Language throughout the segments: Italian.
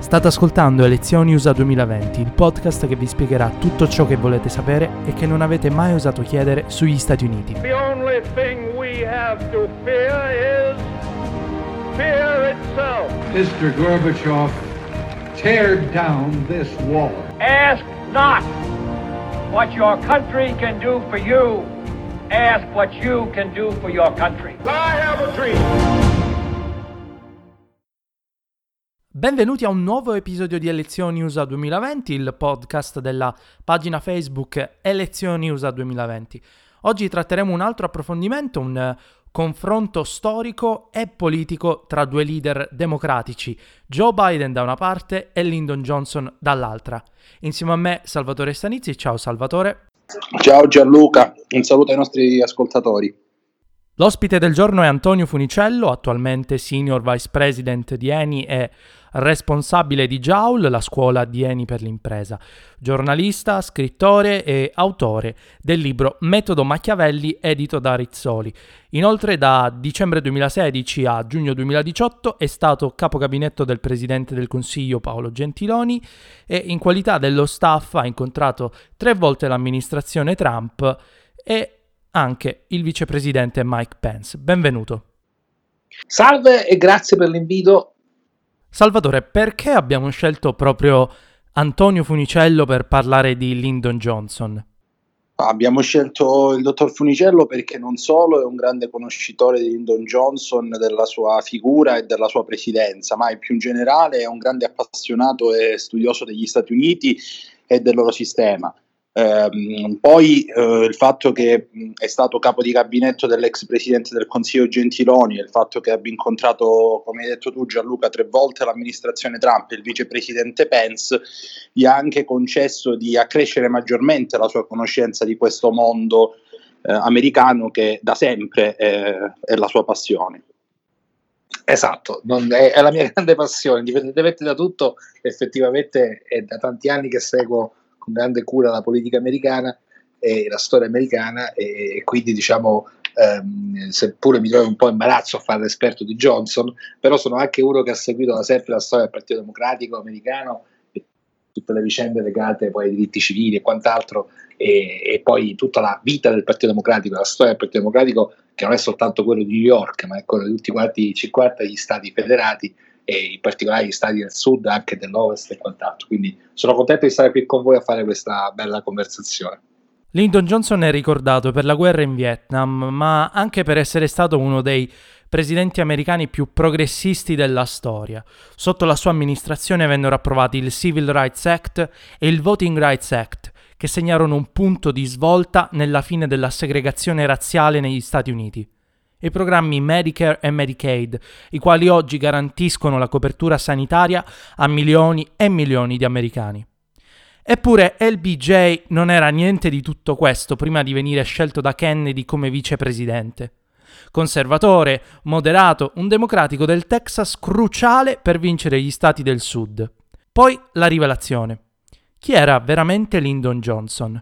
State ascoltando Elezioni USA 2020, il podcast che vi spiegherà tutto ciò che volete sapere e che non avete mai osato chiedere sugli Stati Uniti. The only thing we have to fear is fear itself. Mr. Gorbachev, tear down this wall. Ask not what your country can do for you. Ask what you can do for your country. I have a dream. Benvenuti a un nuovo episodio di Elezioni USA 2020, il podcast della pagina Facebook Elezioni USA 2020. Oggi tratteremo un altro approfondimento, un confronto storico e politico tra due leader democratici, Joe Biden da una parte e Lyndon Johnson dall'altra. Insieme a me Salvatore Stanizzi. Ciao Salvatore. Ciao Gianluca, un saluto ai nostri ascoltatori. L'ospite del giorno è Antonio Funicello, attualmente Senior Vice President di ENI e responsabile di JAWL, la scuola di ENI per l'impresa, giornalista, scrittore e autore del libro Metodo Machiavelli, edito da Rizzoli. Inoltre da dicembre 2016 a giugno 2018 è stato capo gabinetto del Presidente del Consiglio Paolo Gentiloni e in qualità dello staff ha incontrato 3 volte l'amministrazione Trump e anche il vicepresidente Mike Pence. Benvenuto. Salve e grazie per l'invito. Salvatore, perché abbiamo scelto proprio Antonio Funicello per parlare di Lyndon Johnson? Abbiamo scelto il dottor Funicello perché non solo è un grande conoscitore di Lyndon Johnson, della sua figura e della sua presidenza, ma più in generale è un grande appassionato e studioso degli Stati Uniti e del loro sistema. Poi il fatto che è stato capo di gabinetto dell'ex presidente del Consiglio Gentiloni e il fatto che abbia incontrato, come hai detto tu Gianluca, 3 volte l'amministrazione Trump e il vicepresidente Pence, gli ha anche concesso di accrescere maggiormente la sua conoscenza di questo mondo americano che da sempre è la sua passione. Esatto, è la mia grande passione, indipendentemente da tutto. Effettivamente è da tanti anni che seguo con grande cura la politica americana e la storia americana e quindi diciamo seppure mi trovo un po' imbarazzo a fare l'esperto di Johnson, però sono anche uno che ha seguito da sempre la storia del Partito Democratico americano e tutte le vicende legate poi ai diritti civili e quant'altro e poi tutta la vita del Partito Democratico, la storia del Partito Democratico che non è soltanto quello di New York ma è quello di tutti quanti i 50 degli stati federati e in particolare gli stati del sud, anche dell'ovest e quant'altro. Quindi sono contento di stare qui con voi a fare questa bella conversazione. Lyndon Johnson è ricordato per la guerra in Vietnam, ma anche per essere stato uno dei presidenti americani più progressisti della storia. Sotto la sua amministrazione vennero approvati il Civil Rights Act e il Voting Rights Act, che segnarono un punto di svolta nella fine della segregazione razziale negli Stati Uniti. I programmi Medicare e Medicaid, i quali oggi garantiscono la copertura sanitaria a milioni e milioni di americani. Eppure LBJ non era niente di tutto questo prima di venire scelto da Kennedy come vicepresidente. Conservatore, moderato, un democratico del Texas cruciale per vincere gli stati del sud. Poi la rivelazione. Chi era veramente Lyndon Johnson?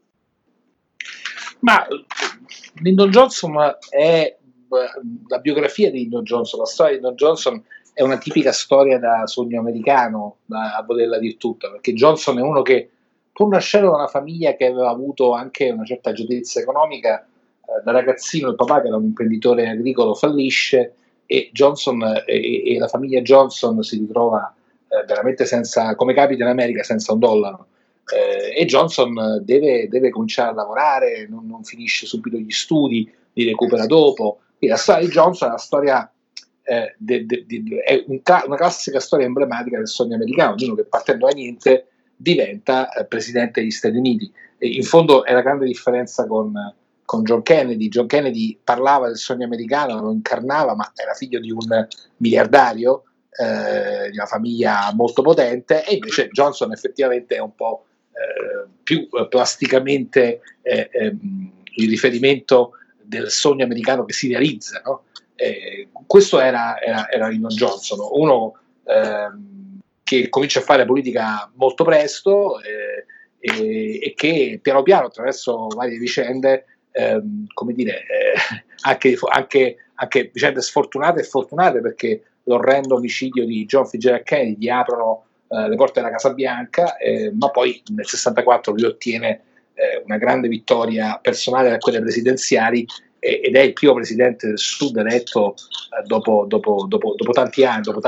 Ma Lyndon Johnson è la biografia di Lyndon Johnson, la storia di Lyndon Johnson è una tipica storia da sogno americano, a volerla dir tutta, perché Johnson è uno che, pur nascendo da una famiglia che aveva avuto anche una certa agiatezza economica, da ragazzino il papà che era un imprenditore agricolo fallisce e Johnson e la famiglia Johnson si ritrova veramente senza, come capita in America, senza $1. E Johnson deve cominciare a lavorare, non finisce subito gli studi, li recupera dopo. E la storia di Johnson è una storia è una classica storia emblematica del sogno americano, di uno che partendo da niente diventa presidente degli Stati Uniti. E in fondo è la grande differenza con John Kennedy. John Kennedy parlava del sogno americano, lo incarnava, ma era figlio di un miliardario, di una famiglia molto potente, e invece Johnson effettivamente è un po' più plasticamente il riferimento del sogno americano che si realizza, no? Questo era Lyndon Johnson, uno che comincia a fare politica molto presto e che piano piano attraverso varie vicende anche vicende sfortunate e fortunate, perché l'orrendo omicidio di John Fitzgerald Kennedy gli aprono le porte della Casa Bianca, ma poi nel 64 lui ottiene una grande vittoria personale a quelle presidenziali ed è il primo presidente del Sud eletto dopo tanti anni, dopo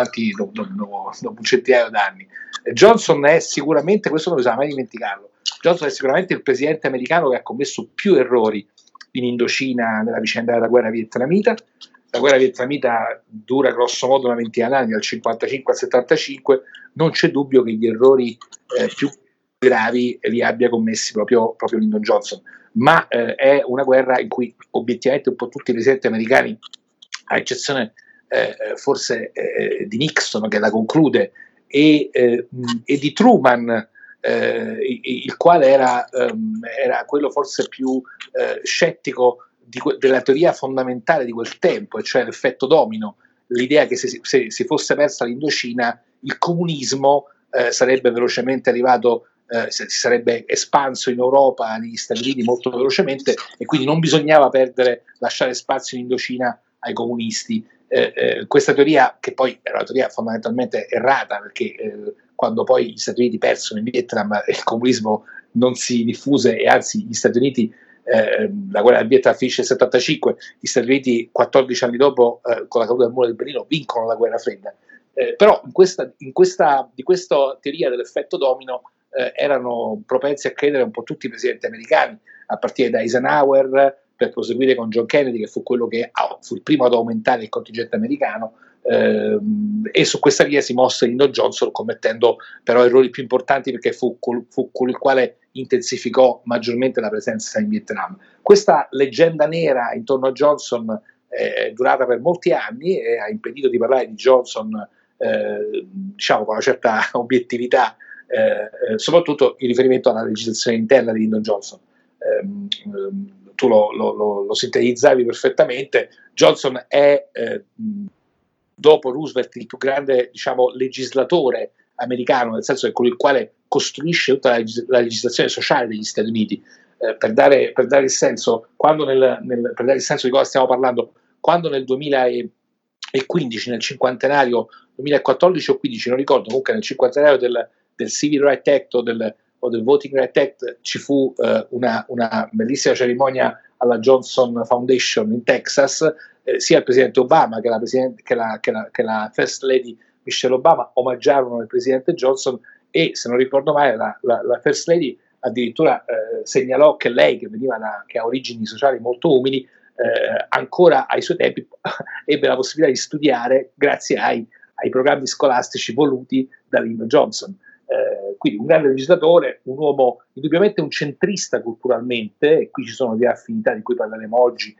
un centinaio d'anni. Johnson è sicuramente, questo non bisogna mai dimenticarlo, Johnson è sicuramente il presidente americano che ha commesso più errori in Indocina nella vicenda della guerra vietnamita. La guerra vietnamita dura grosso modo una ventina d'anni, dal 55 al 75, non c'è dubbio che gli errori più gravi li abbia commessi proprio Lyndon Johnson, ma è una guerra in cui obiettivamente un po' tutti i presidenti americani, a eccezione forse di Nixon che la conclude e di Truman, il quale era quello forse più scettico della teoria fondamentale di quel tempo, e cioè l'effetto domino, l'idea che se si fosse persa l'Indocina il comunismo sarebbe velocemente arrivato, si sarebbe espanso in Europa, negli Stati Uniti molto velocemente, e quindi non bisognava lasciare spazio in Indocina ai comunisti. Questa teoria, che poi era una teoria fondamentalmente errata, perché quando poi gli Stati Uniti persero in Vietnam il comunismo non si diffuse, e anzi gli Stati Uniti, la guerra del Vietnam finisce nel 75, gli Stati Uniti 14 anni dopo, con la caduta del muro del Berlino, vincono la guerra fredda. Però di questa teoria dell'effetto domino erano propensi a credere un po' tutti i presidenti americani, a partire da Eisenhower, per proseguire con John Kennedy, che fu quello che fu il primo ad aumentare il contingente americano, e su questa via si mosse Lyndon Johnson, commettendo però errori più importanti, perché fu colui il quale intensificò maggiormente la presenza in Vietnam. Questa leggenda nera intorno a Johnson è durata per molti anni e ha impedito di parlare di Johnson diciamo con una certa obiettività, soprattutto in riferimento alla legislazione interna di Lyndon Johnson. Tu lo sintetizzavi perfettamente. Johnson è dopo Roosevelt il più grande, diciamo, legislatore americano, nel senso che colui il quale costruisce tutta la legislazione sociale degli Stati Uniti. Per dare il senso, per dare il senso di cosa stiamo parlando, quando nel 2015, nel cinquantenario 2014 o 15, non ricordo, comunque nel cinquantenario del Civil Rights Act o del Voting Rights Act, ci fu una bellissima cerimonia alla Johnson Foundation in Texas. Sia il presidente Obama che la First Lady Michelle Obama omaggiarono il presidente Johnson, e se non ricordo male la First Lady addirittura segnalò che lei, che ha origini sociali molto umili, ancora ai suoi tempi ebbe la possibilità di studiare grazie ai programmi scolastici voluti da Lyndon Johnson. Quindi un grande legislatore, un uomo indubbiamente un centrista culturalmente, e qui ci sono delle affinità di cui parleremo oggi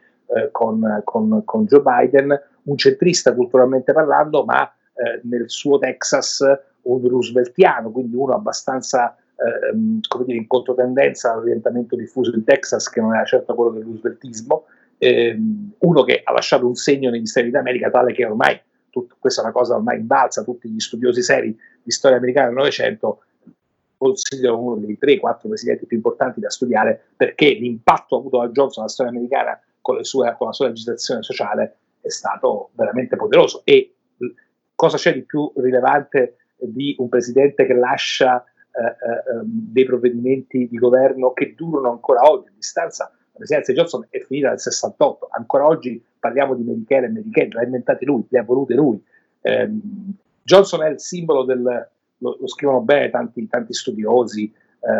con Joe Biden, un centrista culturalmente parlando, ma nel suo Texas un rooseveltiano, quindi uno abbastanza in controtendenza all'orientamento diffuso in Texas, che non era certo quello del rooseveltismo, uno che ha lasciato un segno negli Stati Uniti d'America tale che ormai questa è una cosa ormai invalsa, tutti gli studiosi seri di storia americana del Novecento considerano uno dei 3-4 presidenti più importanti da studiare, perché l'impatto avuto da Johnson nella storia americana con la sua legislazione sociale è stato veramente poderoso. E cosa c'è di più rilevante di un presidente che lascia dei provvedimenti di governo che durano ancora oggi a distanza? La presidenza di Johnson è finita nel 68, ancora oggi parliamo di Medicare e Medicaid, l'ha inventati lui, le ha volute lui. Johnson è il simbolo lo scrivono bene tanti studiosi,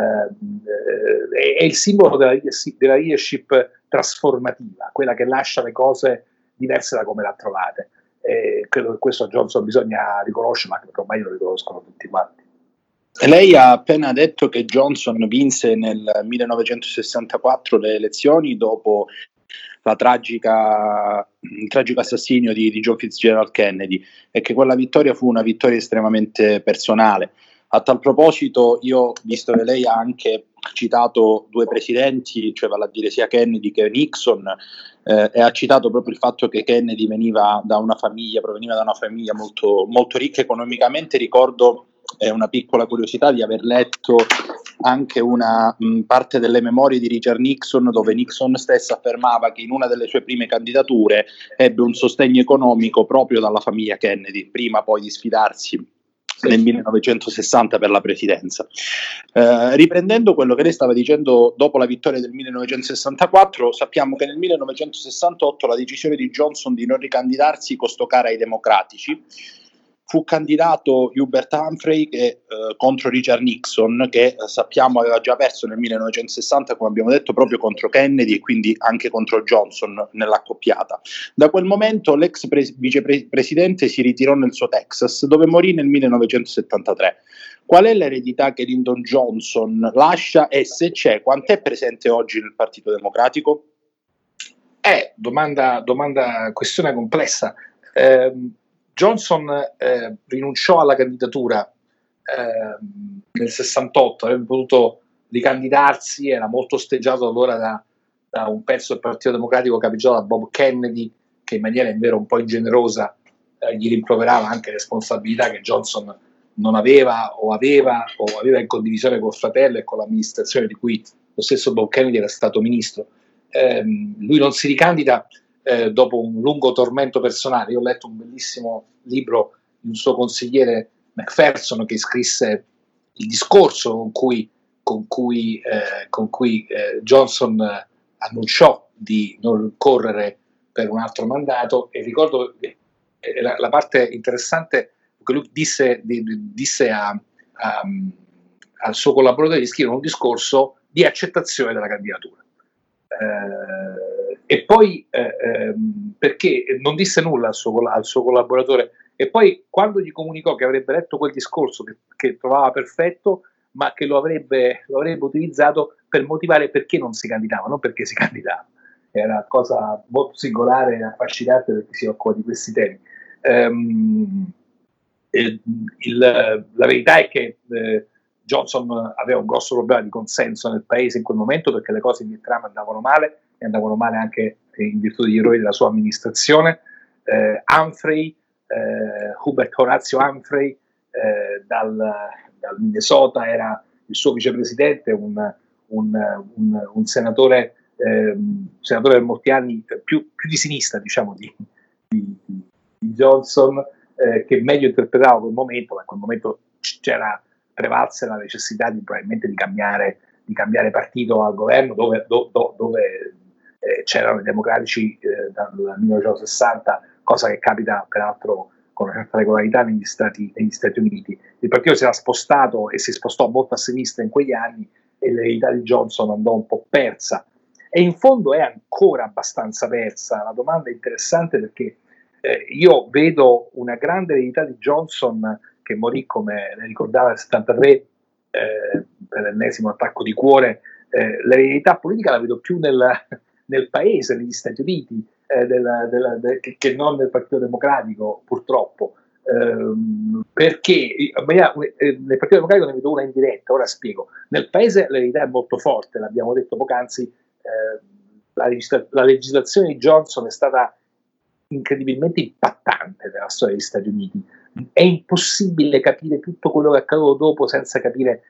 è il simbolo della leadership trasformativa, quella che lascia le cose diverse da come le ha trovate. Credo che questo a Johnson bisogna riconoscere, ma che ormai lo riconoscono tutti quanti. Lei ha appena detto che Johnson vinse nel 1964 le elezioni dopo il tragico assassinio di John Fitzgerald Kennedy, e che quella vittoria fu una vittoria estremamente personale. A tal proposito, io, visto che lei ha anche citato due presidenti, cioè vale a dire sia Kennedy che Nixon, e ha citato proprio il fatto che Kennedy proveniva da una famiglia molto, molto ricca economicamente, ricordo una piccola curiosità di aver letto anche una parte delle memorie di Richard Nixon, dove Nixon stesso affermava che in una delle sue prime candidature ebbe un sostegno economico proprio dalla famiglia Kennedy, prima poi di sfidarsi nel 1960 per la presidenza. Riprendendo quello che lei stava dicendo dopo la vittoria del 1964, sappiamo che nel 1968 la decisione di Johnson di non ricandidarsi costò cara ai democratici. Fu candidato Hubert Humphrey contro Richard Nixon, che sappiamo aveva già perso nel 1960, come abbiamo detto, proprio contro Kennedy e quindi anche contro Johnson nell'accoppiata. Da quel momento l'ex vicepresidente si ritirò nel suo Texas, dove morì nel 1973. Qual è l'eredità che Lyndon Johnson lascia e, se c'è, quant'è presente oggi nel Partito Democratico? Questione complessa. Johnson rinunciò alla candidatura nel 68, avrebbe potuto ricandidarsi, era molto osteggiato allora da un pezzo del Partito Democratico capeggiato da Bob Kennedy, che in maniera invero un po' ingenerosa gli rimproverava anche responsabilità che Johnson non aveva in condivisione col fratello e con l'amministrazione di cui lo stesso Bob Kennedy era stato ministro. Lui non si ricandida dopo un lungo tormento personale. Io ho letto un bellissimo libro di un suo consigliere, Macpherson, che scrisse il discorso con cui Johnson annunciò di non correre per un altro mandato, e ricordo la parte interessante che lui disse al suo collaboratore di scrivere un discorso di accettazione della candidatura. E poi perché non disse nulla al suo collaboratore, e poi quando gli comunicò che avrebbe letto quel discorso che trovava perfetto, ma che lo avrebbe utilizzato per motivare perché non si candidava, non perché si candidava. Era una cosa molto singolare e affascinante perché si occupa di questi temi. La verità è che Johnson aveva un grosso problema di consenso nel paese in quel momento, perché le cose in Vietnam andavano male, e andavano male anche in virtù degli errori della sua amministrazione. Hubert Horatio Humphrey dal Minnesota era il suo vicepresidente, un senatore per molti anni più di sinistra, diciamo, di Johnson, che meglio interpretava quel momento, ma in quel momento prevalse la necessità probabilmente di cambiare partito al governo, dove c'erano i democratici dal 1960, cosa che capita peraltro con una certa regolarità negli Stati Uniti. Il partito si era spostato e si spostò molto a sinistra in quegli anni, e l'eredità di Johnson andò un po' persa, e in fondo è ancora abbastanza persa. La domanda è interessante perché io vedo una grande eredità di Johnson, che morì, come lei ricordava, nel 73 per l'ennesimo attacco di cuore. L'eredità politica la vedo più nel paese, negli Stati Uniti, che non nel Partito Democratico, purtroppo, perché nel Partito Democratico ne vedo una indiretta. Ora spiego. Nel paese l'eredità è molto forte, l'abbiamo detto poc'anzi. La legislazione di Johnson è stata incredibilmente impattante nella storia degli Stati Uniti. È impossibile capire tutto quello che è accaduto dopo senza capire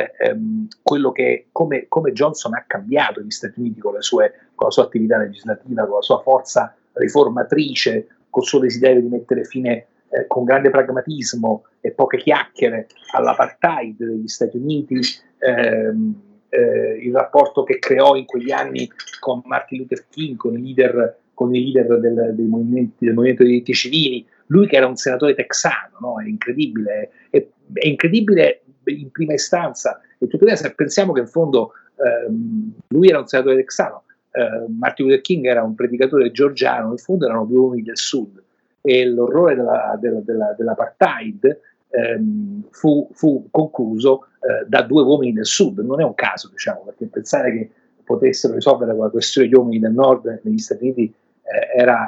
come Johnson ha cambiato gli Stati Uniti con la sua attività legislativa, con la sua forza riformatrice, col suo desiderio di mettere fine con grande pragmatismo e poche chiacchiere all'apartheid degli Stati Uniti, il rapporto che creò in quegli anni con Martin Luther King, con i leader del movimento dei diritti civili. Lui che era un senatore texano, no? È incredibile in prima istanza, e tuttavia se pensiamo che in fondo lui era un senatore texano, Martin Luther King era un predicatore georgiano, in fondo erano due uomini del sud, e l'orrore dell'apartheid fu concluso da due uomini del sud. Non è un caso, diciamo, perché pensare che potessero risolvere la questione degli uomini del nord negli Stati Uniti era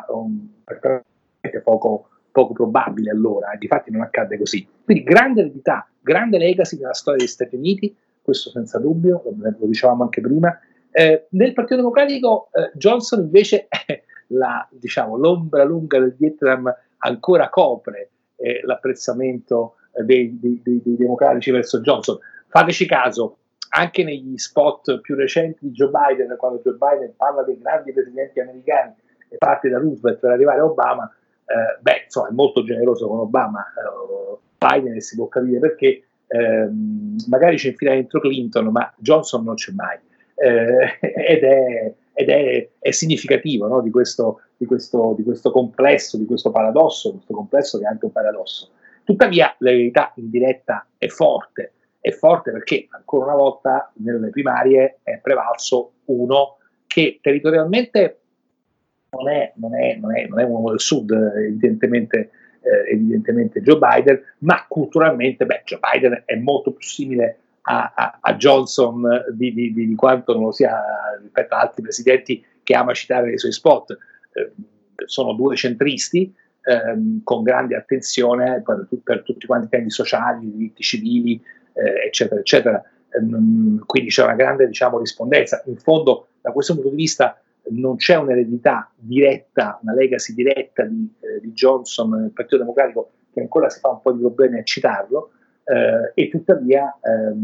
poco probabile allora, e difatti non accadde così. Quindi grande eredità, grande legacy nella storia degli Stati Uniti, questo senza dubbio, lo dicevamo anche prima. Nel Partito Democratico Johnson invece l'ombra lunga del Vietnam ancora copre l'apprezzamento dei democratici verso Johnson. Fateci caso, anche negli spot più recenti di Joe Biden, quando Joe Biden parla dei grandi presidenti americani e parte da Roosevelt per arrivare a Obama, insomma, è molto generoso con Obama, Biden, e si può capire perché. Magari ci infila dentro Clinton, ma Johnson non c'è mai, ed è significativo, no, di questo complesso, di questo paradosso, questo complesso che è anche un paradosso. Tuttavia l'eredità indiretta è forte perché ancora una volta nelle primarie è prevalso uno che territorialmente non è un uomo del sud, evidentemente Joe Biden, ma culturalmente Joe Biden è molto più simile a Johnson di quanto non lo sia rispetto a altri presidenti che ama citare nei suoi spot. Sono due centristi con grande attenzione per tutti quanti i temi sociali, diritti civili, eccetera, eccetera. Quindi c'è una grande, diciamo, rispondenza. In fondo, da questo punto di vista, non c'è un'eredità diretta, una legacy diretta di Johnson nel Partito Democratico, che ancora si fa un po' di problemi a citarlo, e tuttavia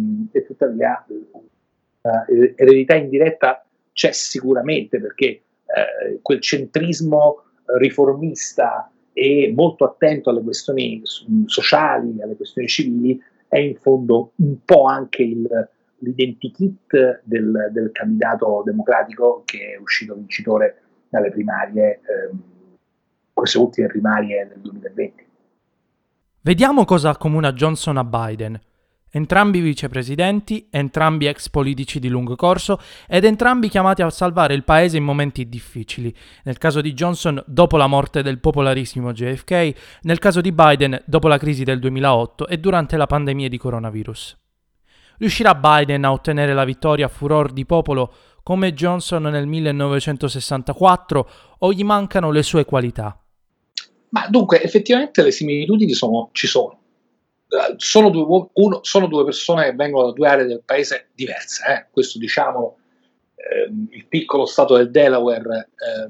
eredità indiretta c'è sicuramente, perché quel centrismo riformista e molto attento alle questioni sociali, alle questioni civili, è in fondo un po' anche l'identikit del candidato democratico che è uscito vincitore dalle primarie, queste ultime primarie del 2020. Vediamo cosa accomuna Johnson a Biden. Entrambi vicepresidenti, entrambi ex politici di lungo corso ed entrambi chiamati a salvare il paese in momenti difficili. Nel caso di Johnson dopo la morte del popolarissimo JFK, nel caso di Biden dopo la crisi del 2008 e durante la pandemia di coronavirus. Riuscirà Biden a ottenere la vittoria a furor di popolo come Johnson nel 1964 o gli mancano le sue qualità? Ma dunque, effettivamente le similitudini ci sono. Sono due persone che vengono da due aree del paese diverse, questo diciamo, il piccolo stato del Delaware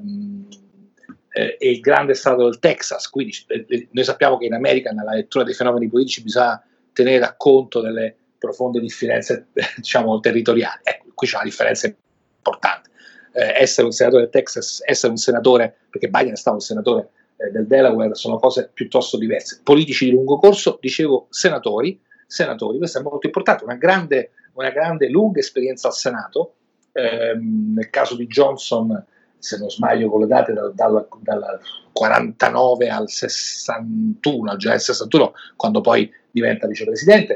e il grande stato del Texas. Quindi noi sappiamo che in America nella lettura dei fenomeni politici bisogna tenere conto delle profonde differenze, diciamo, territoriali. Ecco, qui c'è una differenza importante. Essere un senatore del Texas, essere un senatore, perché Biden è stato un senatore del Delaware, sono cose piuttosto diverse. Politici di lungo corso, dicevo senatori, questo è molto importante, una grande lunga esperienza al Senato. Nel caso di Johnson, se non sbaglio con le date dal 49 al 61, già nel 61, quando poi diventa vicepresidente,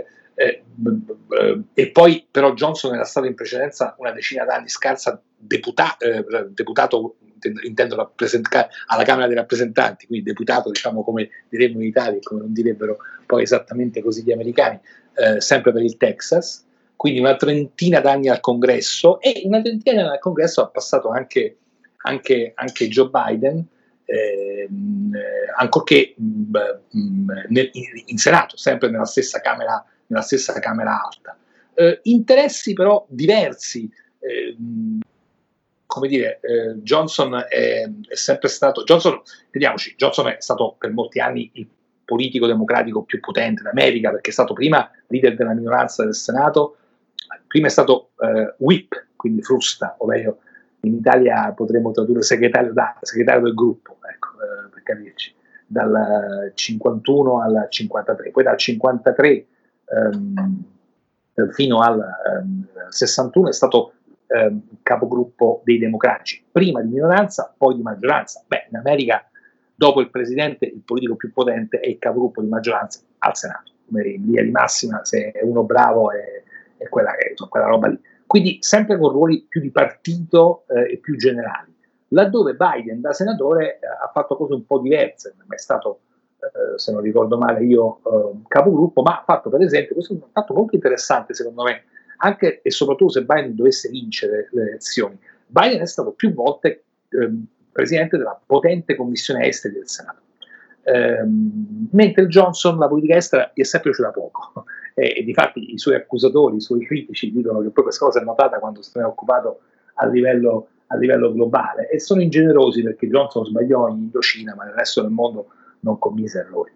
e poi però Johnson era stato in precedenza una decina d'anni scarsa deputato, intendo alla Camera dei Rappresentanti, quindi deputato, diciamo, come diremmo in Italia, come non direbbero poi esattamente così gli americani, sempre per il Texas, quindi una trentina d'anni al Congresso, e una trentina d'anni al Congresso ha passato anche Joe Biden, ancorché in Senato, sempre nella stessa Camera alta. Interessi però diversi. Come dire, Johnson è sempre stato, vediamoci, Johnson è stato per molti anni il politico democratico più potente d'America, perché è stato prima leader della minoranza del Senato, prima è stato whip, quindi frusta, o meglio, in Italia potremmo tradurre segretario del gruppo, ecco, per capirci, dal 51 al 53, poi dal 53 fino al 61 è stato capogruppo dei democratici, prima di minoranza, poi di maggioranza. In America, dopo il presidente, il politico più potente è il capogruppo di maggioranza al Senato, come in linea di massima, se è uno bravo è quella roba lì. Quindi sempre con ruoli più di partito e più generali. Laddove Biden da senatore ha fatto cose un po' diverse, non è stato, se non ricordo male io, capogruppo, ma ha fatto, per esempio, questo è un fatto molto interessante secondo me, anche e soprattutto se Biden dovesse vincere le elezioni. Biden è stato più volte presidente della potente commissione esteri del Senato, mentre Johnson la politica estera gli è sempre piaciuta poco, e difatti i suoi accusatori, i suoi critici dicono che poi questa cosa è notata quando se ne è occupato a livello globale, e sono ingenerosi perché Johnson sbagliò in Indocina, ma nel resto del mondo non commise errori.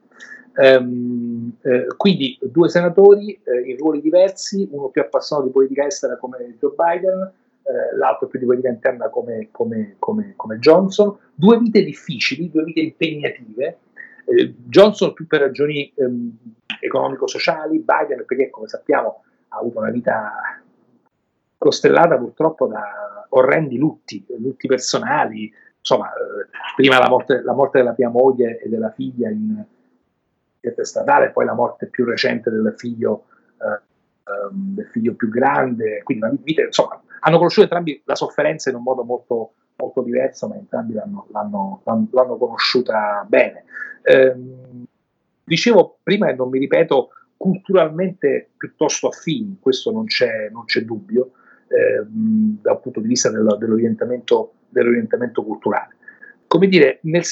Quindi due senatori in ruoli diversi, uno più appassionato di politica estera come Joe Biden, l'altro più di politica interna come Johnson. Due vite difficili, due vite impegnative. Johnson più per ragioni economico-sociali, Biden perché, come sappiamo, ha avuto una vita costellata purtroppo da orrendi lutti personali. Insomma, prima la morte della prima moglie e della figlia in statale, poi la morte più recente del figlio più grande, quindi una vita, insomma, hanno conosciuto entrambi la sofferenza in un modo molto, molto diverso, ma entrambi l'hanno conosciuta bene. Dicevo prima, e non mi ripeto, culturalmente piuttosto affini, questo non c'è dubbio, dal punto di vista dell'orientamento culturale. Come dire, nel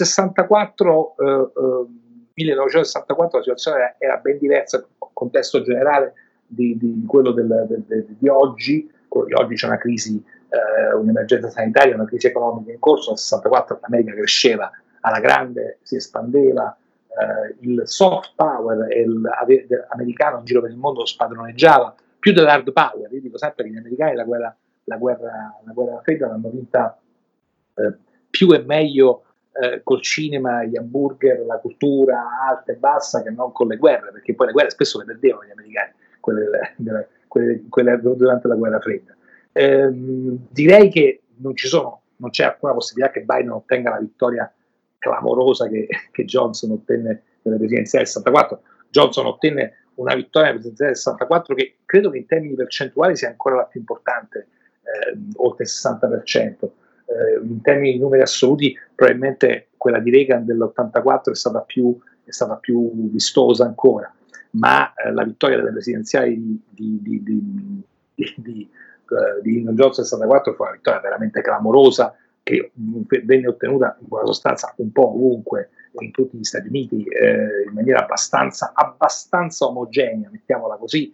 1964 la situazione era ben diversa, il contesto generale di quello di oggi. Quello di oggi c'è una crisi, un'emergenza sanitaria, una crisi economica in corso. Nel 64 l'America cresceva alla grande, si espandeva, il soft power americano in giro per il mondo spadroneggiava più dell'hard power. Io dico sempre che gli americani la guerra fredda l'hanno vinta più e meglio col cinema, gli hamburger, la cultura alta e bassa, che non con le guerre, perché poi le guerre spesso le perdevano gli americani, quelle durante la guerra fredda. Direi che non c'è alcuna possibilità che Biden ottenga la vittoria clamorosa che Johnson ottenne nelle presidenziali del 64. Johnson ottenne una vittoria nelle presidenziali del 64 che credo che in termini percentuali sia ancora la più importante, oltre il 60%. In termini di numeri assoluti probabilmente quella di Reagan dell'84 è stata più vistosa ancora, ma la vittoria delle presidenziali di Lyndon Johnson del 64 fu una vittoria veramente clamorosa, che venne ottenuta in buona sostanza un po' ovunque in tutti gli Stati Uniti, in maniera abbastanza omogenea, mettiamola così,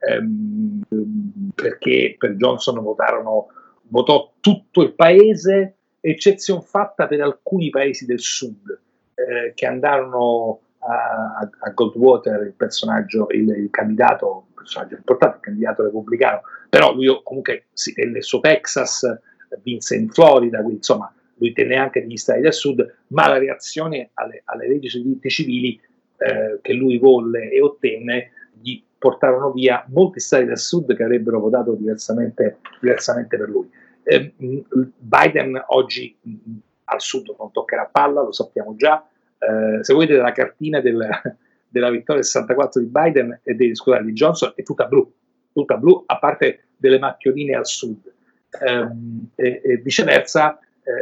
perché per Johnson votò tutto il paese, eccezione fatta per alcuni paesi del sud, che andarono a Goldwater, il personaggio importante, il candidato repubblicano, però lui comunque si tenne il suo Texas, vinse in Florida, quindi insomma lui tenne anche degli stati del sud, ma la reazione alle leggi sui diritti civili che lui volle e ottenne gli portarono via molti stati del sud che avrebbero votato diversamente per lui. Biden oggi al sud non toccherà palla, lo sappiamo già. Se voi vedete la cartina della vittoria del 64 di Biden e di Johnson, è tutta blu, a parte delle macchioline al sud, e viceversa.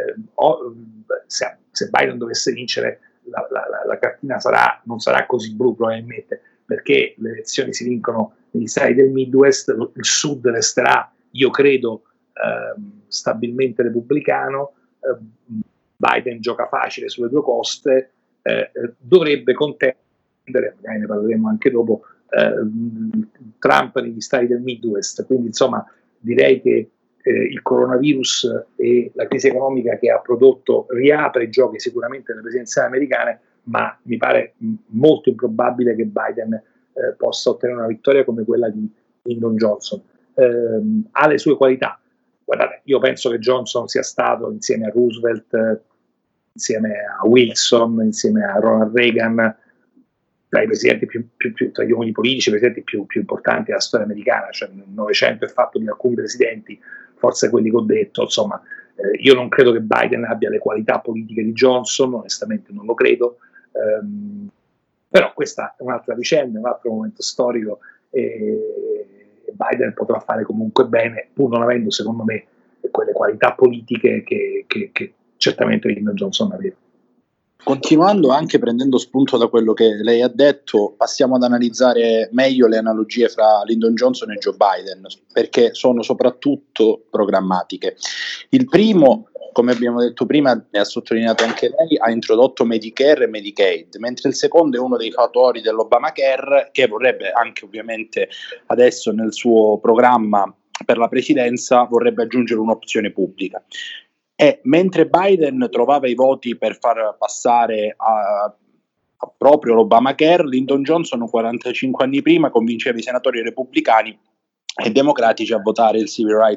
Se Biden dovesse vincere, la cartina non sarà così blu probabilmente, perché le elezioni si vincono negli stati del Midwest, il sud resterà, io credo, stabilmente repubblicano. Biden gioca facile sulle due coste, dovrebbe contendere, magari ne parleremo anche dopo, Trump negli stati del Midwest. Quindi insomma direi che il coronavirus e la crisi economica che ha prodotto riapre i giochi sicuramente nelle presidenziali americane, ma mi pare molto improbabile che Biden possa ottenere una vittoria come quella di Lyndon Johnson. Ha le sue qualità. Guardate, io penso che Johnson sia stato, insieme a Roosevelt, insieme a Wilson, insieme a Ronald Reagan, tra i presidenti tra gli uomini politici, i presidenti più importanti della storia americana. Cioè, il Novecento è fatto di alcuni presidenti, forse quelli che ho detto. Insomma, io non credo che Biden abbia le qualità politiche di Johnson, onestamente non lo credo, però questa è un'altra vicenda, un altro momento storico, e Biden potrà fare comunque bene, pur non avendo, secondo me, quelle qualità politiche che certamente Lyndon Johnson aveva. Continuando, anche prendendo spunto da quello che lei ha detto, passiamo ad analizzare meglio le analogie fra Lyndon Johnson e Joe Biden, perché sono soprattutto programmatiche. Il primo, come abbiamo detto prima, ne ha sottolineato anche lei, ha introdotto Medicare e Medicaid, mentre il secondo è uno dei fautori dell'Obamacare, che vorrebbe anche ovviamente adesso nel suo programma per la presidenza vorrebbe aggiungere un'opzione pubblica. E mentre Biden trovava i voti per far passare a proprio l'Obamacare, Lyndon Johnson 45 anni prima convinceva i senatori repubblicani e democratici a votare il Civil Rights Act.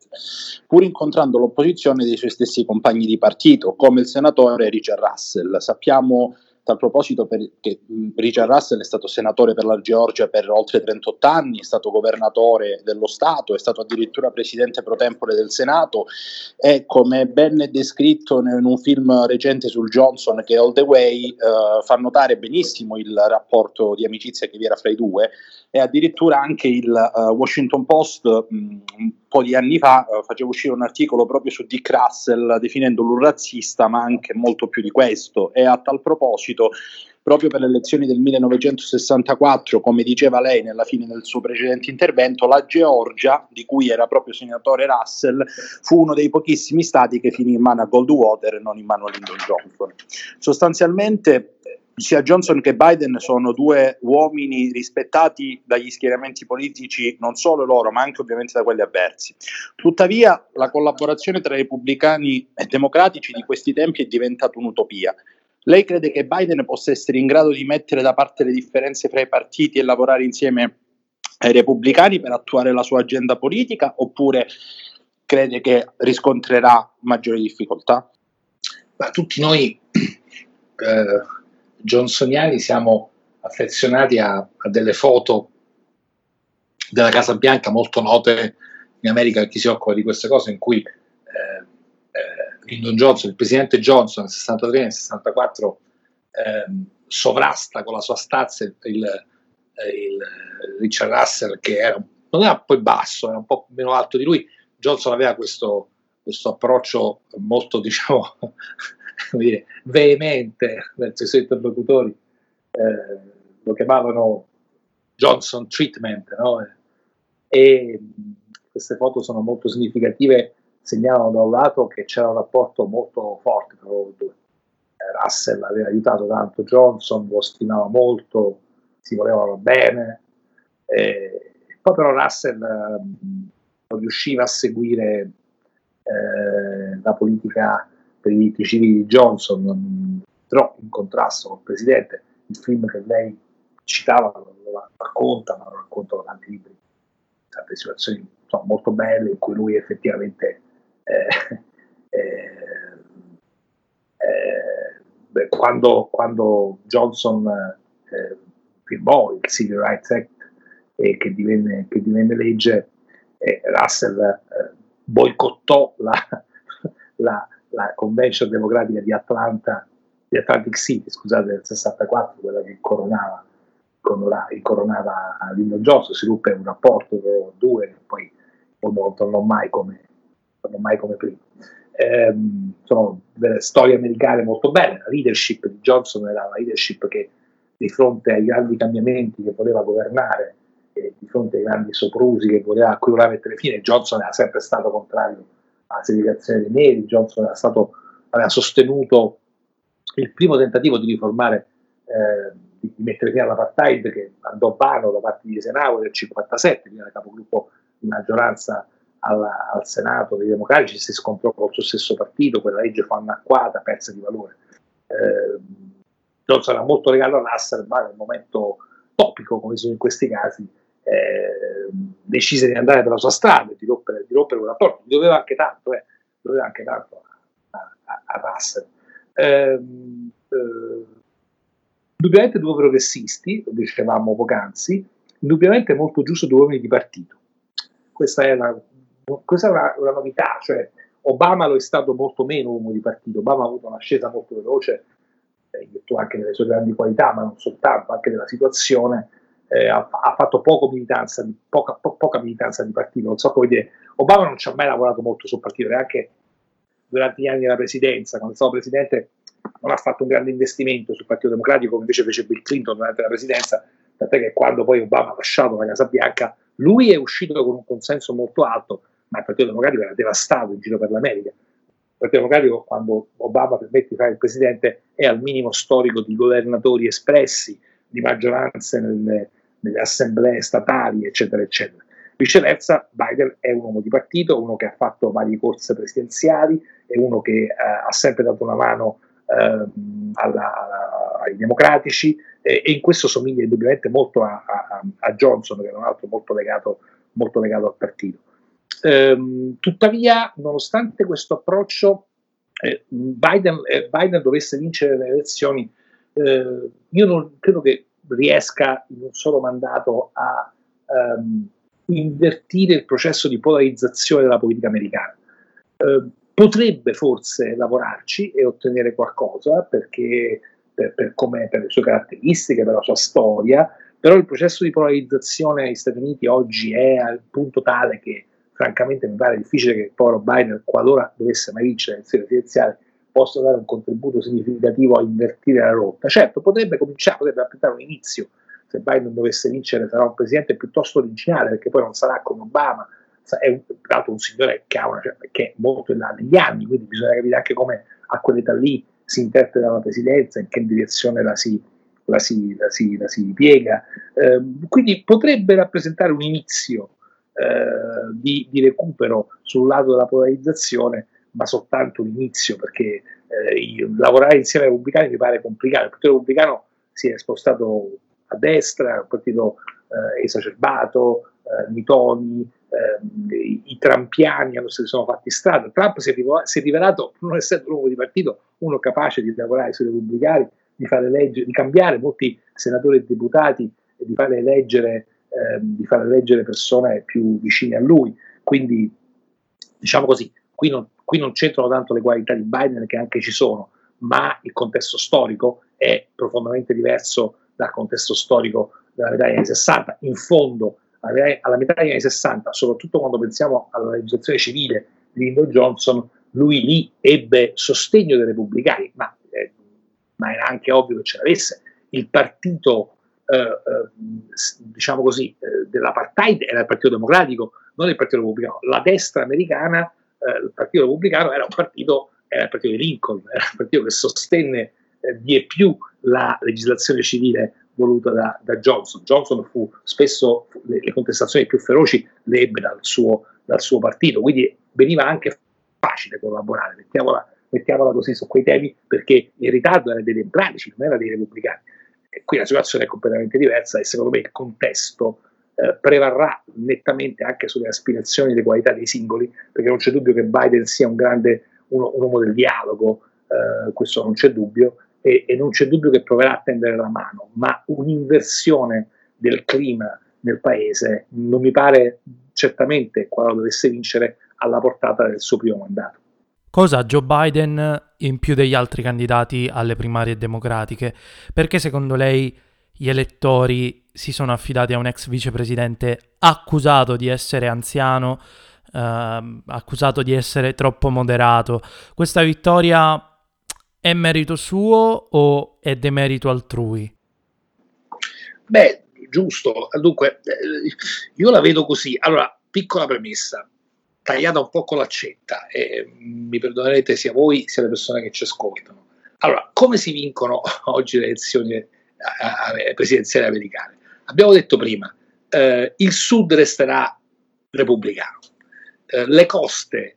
pur incontrando l'opposizione dei suoi stessi compagni di partito, come il senatore Richard Russell. Sappiamo a tal proposito che Richard Russell è stato senatore per la Georgia per oltre 38 anni, è stato governatore dello Stato, è stato addirittura presidente pro tempore del Senato e, come ben è descritto in un film recente sul Johnson, che è All the Way, fa notare benissimo il rapporto di amicizia che vi era fra i due, e addirittura anche il Washington Post un po' di anni fa faceva uscire un articolo proprio su Dick Russell definendolo un razzista, ma anche molto più di questo. E a tal proposito, proprio per le elezioni del 1964, come diceva lei nella fine del suo precedente intervento, la Georgia, di cui era proprio senatore Russell, fu uno dei pochissimi stati che finì in mano a Goldwater e non in mano a Lyndon Johnson. Sostanzialmente sia Johnson che Biden sono due uomini rispettati dagli schieramenti politici, non solo loro, ma anche ovviamente da quelli avversi. Tuttavia, la collaborazione tra repubblicani e democratici di questi tempi è diventata un'utopia. Lei crede che Biden possa essere in grado di mettere da parte le differenze fra i partiti e lavorare insieme ai repubblicani per attuare la sua agenda politica, oppure crede che riscontrerà maggiori difficoltà? Ma tutti noi johnsoniani siamo affezionati a delle foto della Casa Bianca molto note in America, chi si occupa di queste cose, in cui Lyndon Johnson, il presidente Johnson nel 63 e nel 64 sovrasta con la sua stazza il Richard Russell, che non era poi basso, era un po' meno alto di lui. Johnson aveva questo approccio molto, diciamo, come dire, veemente verso i suoi interlocutori, lo chiamavano Johnson treatment, no? E queste foto sono molto significative, segnalano da un lato che c'era un rapporto molto forte tra loro due. Russell aveva aiutato tanto Johnson, lo stimava molto, si volevano bene, poi però Russell non riusciva a seguire la politica per i diritti civili di Johnson, però in contrasto col presidente. Il film che lei citava lo racconta, ma lo raccontano tanti libri, tante situazioni molto belle in cui lui effettivamente quando Johnson firmò il Civil Rights Act che divenne legge, Russell boicottò la Convention democratica di Atlantic City, scusate, del 64, quella che incoronava Lyndon Johnson. Si ruppe un rapporto tra loro due che poi non tornò mai come prima. Sono delle storie americane molto belle. La leadership di Johnson era una leadership che, di fronte ai grandi cambiamenti che poteva governare, di fronte ai grandi soprusi a cui voleva mettere fine, Johnson era sempre stato contrario alla segregazione dei neri. Johnson aveva sostenuto il primo tentativo di riformare, di mettere fine all'apartheid, che andò vano da parte di Eisenhower del 57, quindi era capogruppo di maggioranza al Senato dei democratici, si scontrò col suo stesso partito, quella legge fu annacquata, persa di valore. Johnson era molto legato a Russell, ma nel momento topico, come sono in questi casi, decise di andare per la sua strada, di rompere un rapporto. Doveva anche tanto a Russell. Indubbiamente due progressisti, lo dicevamo poc'anzi, indubbiamente molto giusto due uomini di partito. Questa è una novità, cioè Obama lo è stato molto meno uomo di partito. Obama ha avuto un'ascesa molto veloce, in virtù anche delle sue grandi qualità, ma non soltanto, anche della situazione. Ha fatto poca militanza di partito. Non so come dire, Obama non ci ha mai lavorato molto sul partito, neanche durante gli anni della presidenza. Quando è stato presidente non ha fatto un grande investimento sul Partito Democratico, come invece fece Bill Clinton durante la presidenza, tant'è che quando poi Obama ha lasciato la Casa Bianca, lui è uscito con un consenso molto alto, ma il Partito Democratico era devastato in giro per l'America. Il Partito Democratico, quando Obama permette di fare il presidente, è al minimo storico di governatori espressi, di maggioranze nelle assemblee statali, eccetera, eccetera. Viceversa, Biden è un uomo di partito, uno che ha fatto varie corse presidenziali, è uno che ha sempre dato una mano ai democratici, e in questo somiglia indubbiamente molto a Johnson, che era un altro molto legato al partito. Tuttavia, nonostante questo approccio, Biden dovesse vincere le elezioni, io non credo che riesca in un solo mandato a invertire il processo di polarizzazione della politica americana. Potrebbe forse lavorarci e ottenere qualcosa, perché per le sue caratteristiche, per la sua storia, però il processo di polarizzazione negli Stati Uniti oggi è al punto tale che francamente mi pare difficile che il povero Biden, qualora dovesse mai vincere le elezioni presidenziali, possa dare un contributo significativo a invertire la rotta. Certo, potrebbe rappresentare un inizio. Se Biden dovesse vincere sarà un presidente piuttosto originale, perché poi non sarà come Obama, è tra l'altro un signore che è molto in là negli anni, quindi bisogna capire anche come a quell'età lì si interpreta la presidenza, in che direzione la si piega. Quindi potrebbe rappresentare un inizio di recupero sul lato della polarizzazione, ma soltanto un inizio, perché lavorare insieme ai repubblicani mi pare complicato. Il Partito Repubblicano si è spostato a destra, è un partito esacerbato, mitoni, i trampiani si sono fatti strada. Trump si è rivelato, non essendo un uomo di partito, uno capace di lavorare sui repubblicani, di fare legge, di cambiare molti senatori e deputati e di fare eleggere persone più vicine a lui. Quindi, diciamo così, qui non c'entrano tanto le qualità di Biden, che anche ci sono, ma il contesto storico è profondamente diverso dal contesto storico della metà degli anni 60. In fondo, alla metà degli anni 60, soprattutto quando pensiamo alla legislazione civile di Lyndon Johnson, lui lì ebbe sostegno dei repubblicani, ma era anche ovvio che ce l'avesse. Il partito, diciamo così, dell'apartheid era il Partito Democratico, non il Partito Repubblicano. La destra americana, il Partito Repubblicano era il partito di Lincoln, era il partito che sostenne di e più la legislazione civile voluta da Johnson. Johnson fu spesso le contestazioni più feroci le ebbe dal suo partito, quindi veniva anche facile collaborare, mettiamola così su quei temi, perché il ritardo era dei democratici, non era dei repubblicani. E qui la situazione è completamente diversa e secondo me il contesto prevarrà nettamente anche sulle aspirazioni e le qualità dei singoli, perché non c'è dubbio che Biden sia un uomo del dialogo, questo non c'è dubbio, e non c'è dubbio che proverà a tendere la mano, ma un'inversione del clima nel paese non mi pare certamente, quando dovesse vincere, alla portata del suo primo mandato. Cosa ha Joe Biden in più degli altri candidati alle primarie democratiche? Perché secondo lei gli elettori si sono affidati a un ex vicepresidente accusato di essere anziano, accusato di essere troppo moderato? Questa vittoria è merito suo o è demerito altrui? Beh, giusto. Dunque, io la vedo così. Allora, piccola premessa, tagliata un po' con l'accetta, e mi perdonerete sia voi sia le persone che ci ascoltano. Allora, come si vincono oggi le elezioni presidenziali americane? Abbiamo detto prima, il Sud resterà repubblicano, le coste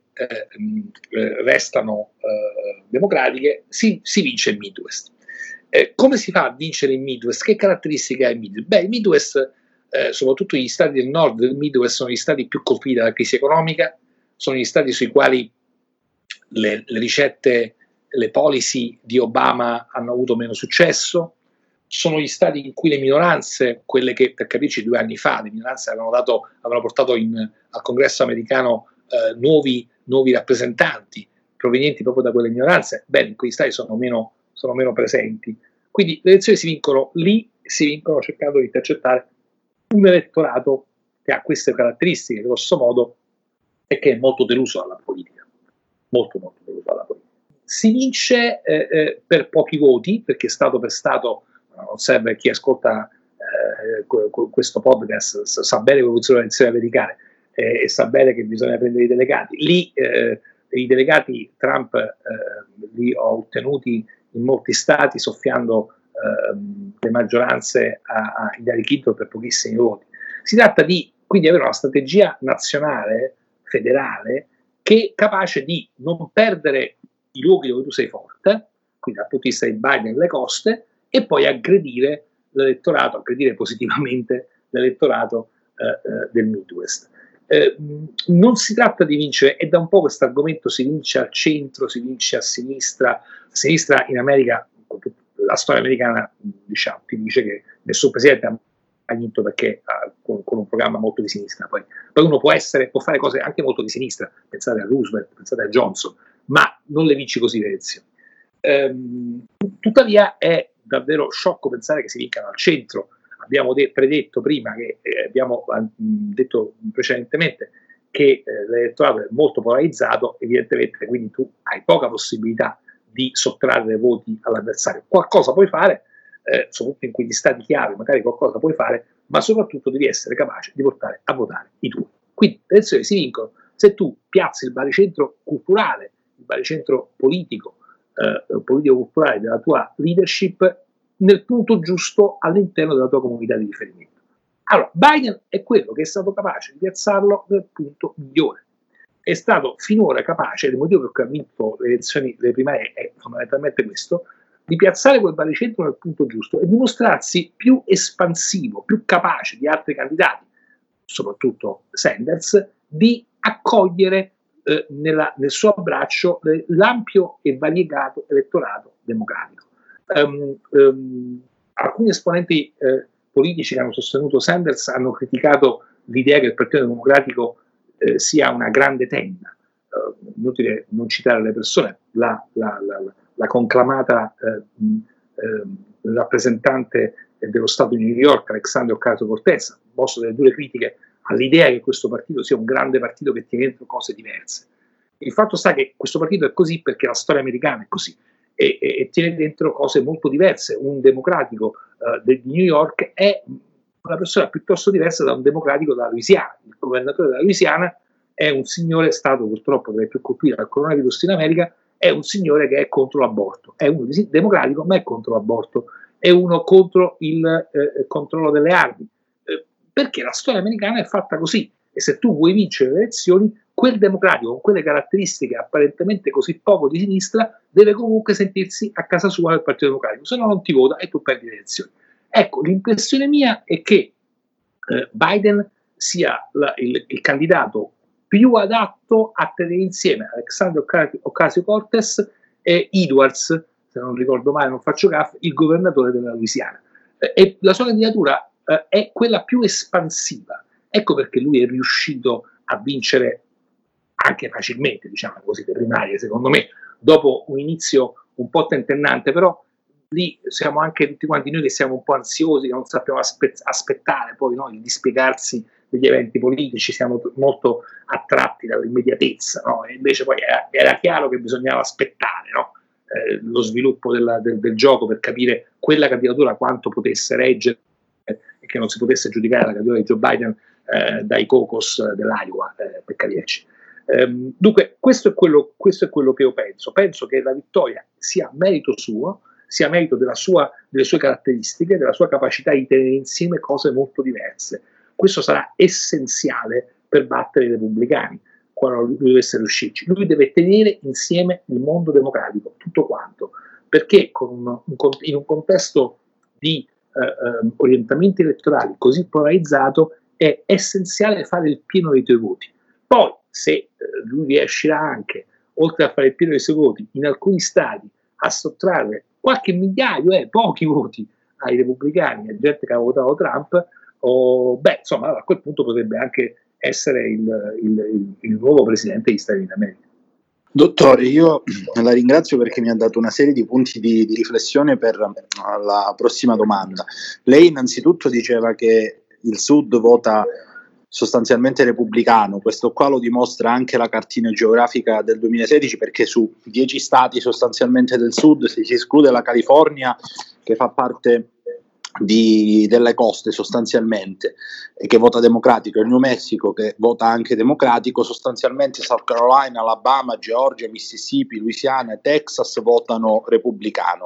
restano democratiche, si vince il Midwest. Come si fa a vincere il Midwest? Che caratteristiche ha il Midwest? Beh, il Midwest, soprattutto gli stati del nord del Midwest, sono gli stati più colpiti dalla crisi economica, sono gli stati sui quali le ricette, le policy di Obama hanno avuto meno successo, sono gli stati in cui le minoranze, quelle che per capirci 2 anni fa, le minoranze avevano portato al Congresso americano nuovi rappresentanti provenienti proprio da quelle minoranze, bene, in quegli stati sono meno presenti. Quindi le elezioni si vincono cercando di intercettare un elettorato che ha queste caratteristiche, grosso modo, e che è molto deluso dalla politica. Molto, molto deluso dalla politica. Si vince per pochi voti, perché Stato per Stato, non serve, chi ascolta questo podcast sa bene come funziona le elezioni americane e sa bene che bisogna prendere i delegati. Lì i delegati Trump li ha ottenuti in molti stati, soffiando le maggioranze a Hillary Clinton per pochissimi voti. Si tratta di quindi avere una strategia nazionale, federale, che è capace di non perdere i luoghi dove tu sei forte, quindi dal punto di vista di Biden le coste, e poi aggredire positivamente l'elettorato del Midwest. Non si tratta di vincere, è da un po' questo argomento, si vince al centro, si vince a sinistra. Sinistra in America, la storia americana, diciamo, ti dice che nessun presidente ha vinto perché con un programma molto di sinistra. Poi uno può fare cose anche molto di sinistra, pensate a Roosevelt, pensate a Johnson, ma non le vinci così le elezioni. Tuttavia è davvero sciocco pensare che si vincano al centro. Abbiamo predetto prima, che abbiamo detto precedentemente, che l'elettorato è molto polarizzato, evidentemente, quindi tu hai poca possibilità di sottrarre voti all'avversario. Qualcosa puoi fare, soprattutto in quegli stati chiave, magari qualcosa puoi fare, ma soprattutto devi essere capace di portare a votare i tuoi. Quindi le elezioni si vincono se tu piazzi il baricentro culturale, il baricentro politico-culturale della tua leadership nel punto giusto all'interno della tua comunità di riferimento. Allora, Biden è quello che è stato capace di piazzarlo nel punto migliore. È stato finora capace, il motivo per cui ha vinto le elezioni, le primarie, è fondamentalmente questo, di piazzare quel baricentro nel punto giusto e dimostrarsi più espansivo, più capace di altri candidati, soprattutto Sanders, di accogliere nel suo abbraccio l'ampio e variegato elettorato democratico. Alcuni esponenti politici che hanno sostenuto Sanders hanno criticato l'idea che il Partito Democratico sia una grande tenda. Inutile non citare le persone, la conclamata rappresentante dello Stato di New York, Alexandria Ocasio-Cortez, mosso delle dure critiche all'idea che questo partito sia un grande partito che tiene dentro cose diverse. Il fatto sta che questo partito è così perché la storia americana è così e tiene dentro cose molto diverse. Un democratico di New York è una persona piuttosto diversa da un democratico della Louisiana. Il governatore della Louisiana è un signore, stato purtroppo tra i più colpiti dal coronavirus in America, è un signore che è contro l'aborto, è uno democratico ma è contro l'aborto, è uno contro il controllo delle armi, perché la storia americana è fatta così, e se tu vuoi vincere le elezioni, quel democratico con quelle caratteristiche apparentemente così poco di sinistra deve comunque sentirsi a casa sua del Partito Democratico, se no non ti vota e tu perdi le elezioni. Ecco, l'impressione mia è che Biden sia il candidato più adatto a tenere insieme Alexandria Ocasio-Cortez e Edwards, se non ricordo male, non faccio gaffe, il governatore della Louisiana. E la sua candidatura è quella più espansiva. Ecco perché lui è riuscito a vincere anche facilmente, diciamo così, le primarie, secondo me, dopo un inizio un po' tentennante, però lì siamo anche tutti quanti noi che siamo un po' ansiosi, che non sappiamo aspettare poi il dispiegarsi degli eventi politici, siamo molto attratti dall'immediatezza, no? E invece poi era chiaro che bisognava aspettare, no? Lo sviluppo del gioco per capire quella candidatura quanto potesse reggere e che non si potesse giudicare la candidatura di Joe Biden dai caucus dell'Iowa, per capirci. Dunque questo è quello che io penso che la vittoria sia merito suo, sia merito delle sue caratteristiche, della sua capacità di tenere insieme cose molto diverse. Questo sarà essenziale per battere i repubblicani quando lui dovesse riuscirci. Lui deve tenere insieme il mondo democratico, tutto quanto, perché in un contesto di orientamenti elettorali così polarizzato è essenziale fare il pieno dei tuoi voti. Poi se lui riuscirà anche, oltre a fare il pieno dei suoi voti, in alcuni stati a sottrarre qualche migliaio, pochi voti ai repubblicani, a gente che ha votato Trump, insomma, a quel punto potrebbe anche essere il nuovo presidente degli Stati Uniti d'America. Dottore, io la ringrazio perché mi ha dato una serie di punti di riflessione per la prossima domanda. Lei innanzitutto diceva che il Sud vota sostanzialmente repubblicano, questo qua lo dimostra anche la cartina geografica del 2016, perché su 10 stati sostanzialmente del Sud, se si esclude la California che fa parte delle coste sostanzialmente e che vota democratico, il New Mexico che vota anche democratico, sostanzialmente South Carolina, Alabama, Georgia, Mississippi, Louisiana e Texas votano repubblicano.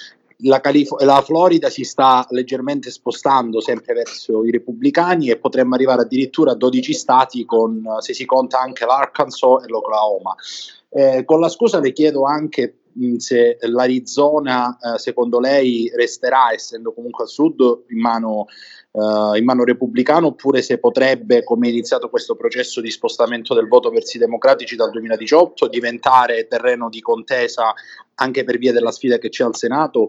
La Florida si sta leggermente spostando sempre verso i repubblicani e potremmo arrivare addirittura a 12 stati se si conta anche l'Arkansas e l'Oklahoma. Con la scusa le chiedo anche se l'Arizona secondo lei resterà, essendo comunque al sud, in mano repubblicano, oppure se potrebbe, come è iniziato questo processo di spostamento del voto verso i democratici dal 2018, diventare terreno di contesa anche per via della sfida che c'è al Senato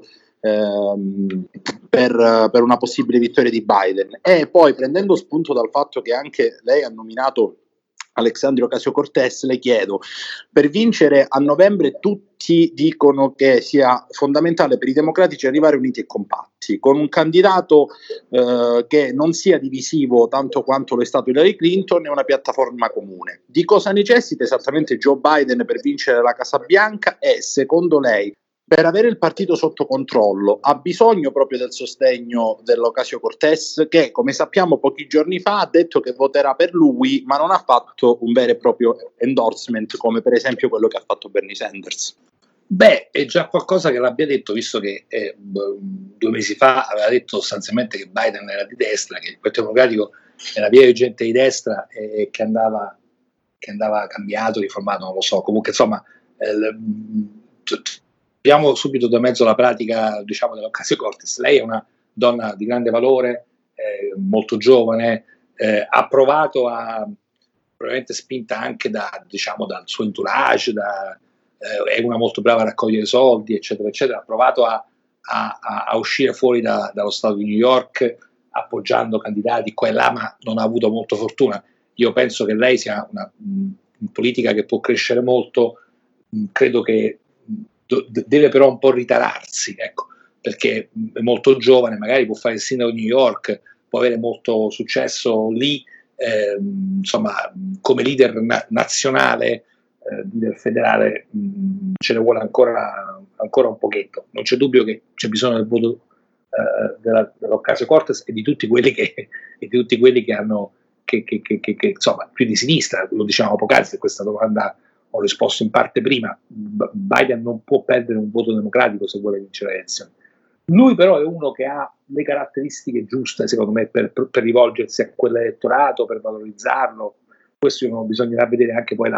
per una possibile vittoria di Biden. E poi, prendendo spunto dal fatto che anche lei ha nominato Alexandria Ocasio-Cortez, le chiedo, per vincere a novembre tutti dicono che sia fondamentale per i democratici arrivare uniti e compatti, con un candidato che non sia divisivo tanto quanto lo è stato Hillary Clinton e una piattaforma comune. Di cosa necessita esattamente Joe Biden per vincere la Casa Bianca e, secondo lei, per avere il partito sotto controllo, ha bisogno proprio del sostegno dell'Ocasio-Cortez, che, come sappiamo, pochi giorni fa ha detto che voterà per lui, ma non ha fatto un vero e proprio endorsement, come per esempio quello che ha fatto Bernie Sanders? Beh, è già qualcosa che l'abbia detto, visto che 2 mesi fa aveva detto sostanzialmente che Biden era di destra, che il Partito Democratico era pieno di gente di destra e che andava cambiato, riformato, non lo so. Comunque, insomma, abbiamo subito da mezzo la pratica, diciamo, dell'Ocasio-Cortez. Lei è una donna di grande valore, molto giovane, ha provato probabilmente spinta anche dal suo entourage, è una molto brava a raccogliere soldi, eccetera, eccetera, ha provato a uscire fuori dallo Stato di New York, appoggiando candidati qua e là, ma non ha avuto molta fortuna. Io penso che lei sia una politica che può crescere molto, credo che deve però un po' ritararsi, ecco, perché è molto giovane, magari può fare il sindaco di New York, può avere molto successo lì, insomma, come leader nazionale, leader federale, ce ne vuole ancora un pochetto. Non c'è dubbio che c'è bisogno del voto dell'Ocasio-Cortez e di tutti quelli che hanno che insomma, più di sinistra, lo dicevamo poc'anzi, questa domanda ho risposto in parte prima. Biden non può perdere un voto democratico se vuole vincere le elezioni. Lui però è uno che ha le caratteristiche giuste, secondo me, per rivolgersi a quell'elettorato, per valorizzarlo. Questo bisognerà vedere anche poi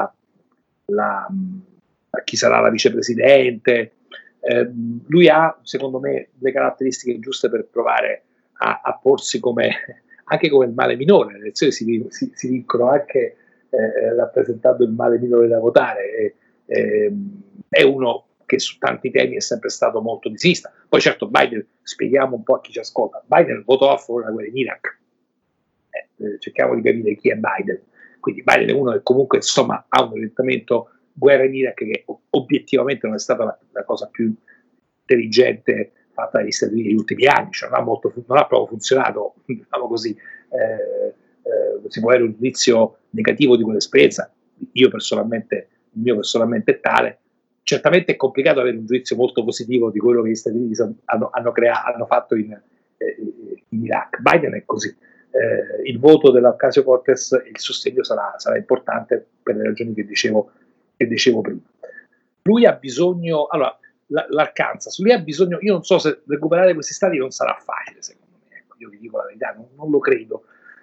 chi sarà la vicepresidente. Lui ha, secondo me, le caratteristiche giuste per provare a porsi anche come il male minore. Le elezioni si vincono anche rappresentando il male minore da votare. È uno che su tanti temi è sempre stato molto di sinistra. Poi certo Biden, spieghiamo un po' a chi ci ascolta, Biden votò a favore della guerra in Iraq. Cerchiamo di capire chi è Biden. Quindi Biden è uno che comunque, insomma, ha un orientamento guerra in Iraq che obiettivamente non è stata la cosa più intelligente fatta dagli Stati Uniti negli ultimi anni, cioè non ha proprio funzionato, diciamo così. Si può avere un giudizio negativo di quell'esperienza, il mio personalmente è tale. Certamente è complicato avere un giudizio molto positivo di quello che gli Stati Uniti hanno fatto in Iraq. Biden è così. Il voto dell'Ocasio-Cortez, il sostegno sarà importante per le ragioni che dicevo prima. Lui ha bisogno, allora, l'Arkansas, lui ha bisogno, io non so se recuperare questi stati non sarà facile, secondo me, ecco, io vi dico la verità, non lo credo.